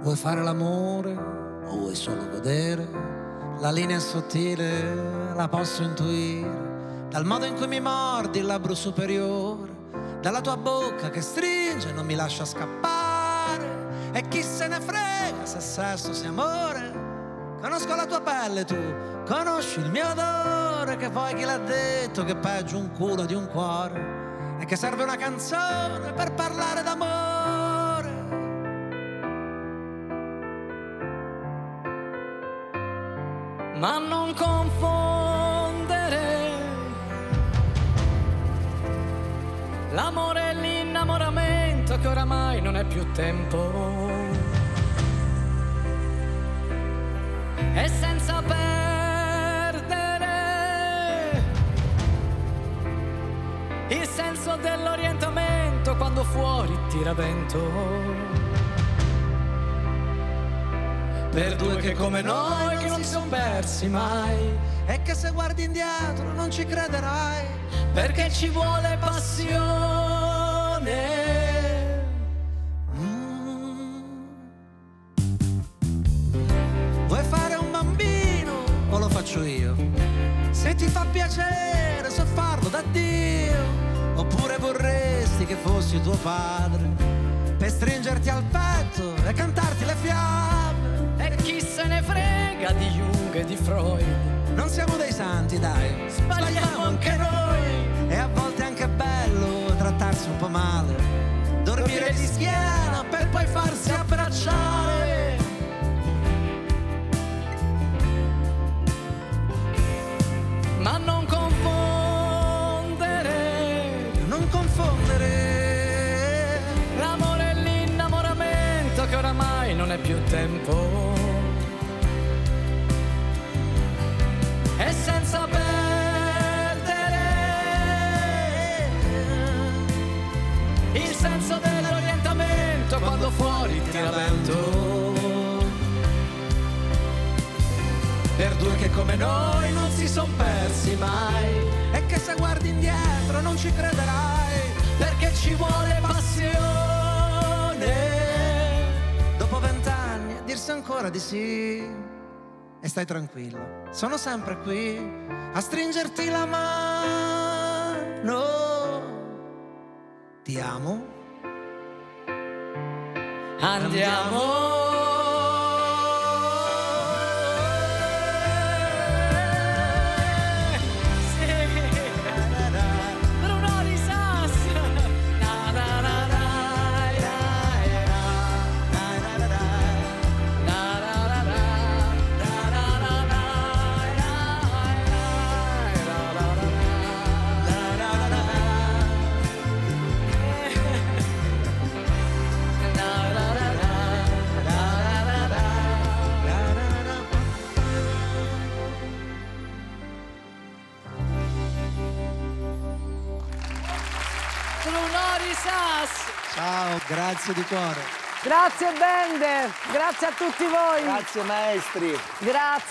Vuoi fare l'amore o vuoi solo godere? La linea è sottile, la posso intuire, dal modo in cui mi mordi il labbro superiore, dalla tua bocca che stringe e non mi lascia scappare. E chi se ne frega se sesso sia amore? Conosco la tua pelle, tu conosci il mio odore, che poi chi l'ha detto che è peggio un culo di un cuore e che serve una canzone per parlare d'amore. Ma non confondere l'amore e l'innamoramento, che oramai non è più tempo. E senza perdere il senso dell'orientamento quando fuori tira vento. Per due che come noi che non si son persi mai, e che se guardi indietro non ci crederai, perché ci vuole passione. Vuoi fare un bambino o lo faccio io? Se ti fa piacere so farlo da Dio. Oppure vorresti che fossi tuo padre per stringerti al petto e cantarti le fiabe. E chi se ne frega di Jung e di Freud? Non siamo dei santi, dai, Sbagliamo anche noi. e a volte è anche bello trattarsi un po' male, dormire di schiena per poi farsi abbracciare. Ma non confondere l'amore e l'innamoramento, che oramai non è più tempo. E senza perdere il senso dell'orientamento quando fuori tira vento. Per due che come noi non si son persi mai, E che se guardi indietro non ci crederai, perché ci vuole passione. dopo 20 anni a dirsi ancora di sì. E stai tranquillo, sono sempre qui a stringerti la mano. Ti amo. Andiamo. Ciao, grazie di cuore. Grazie band, grazie a tutti voi. Grazie maestri. Grazie.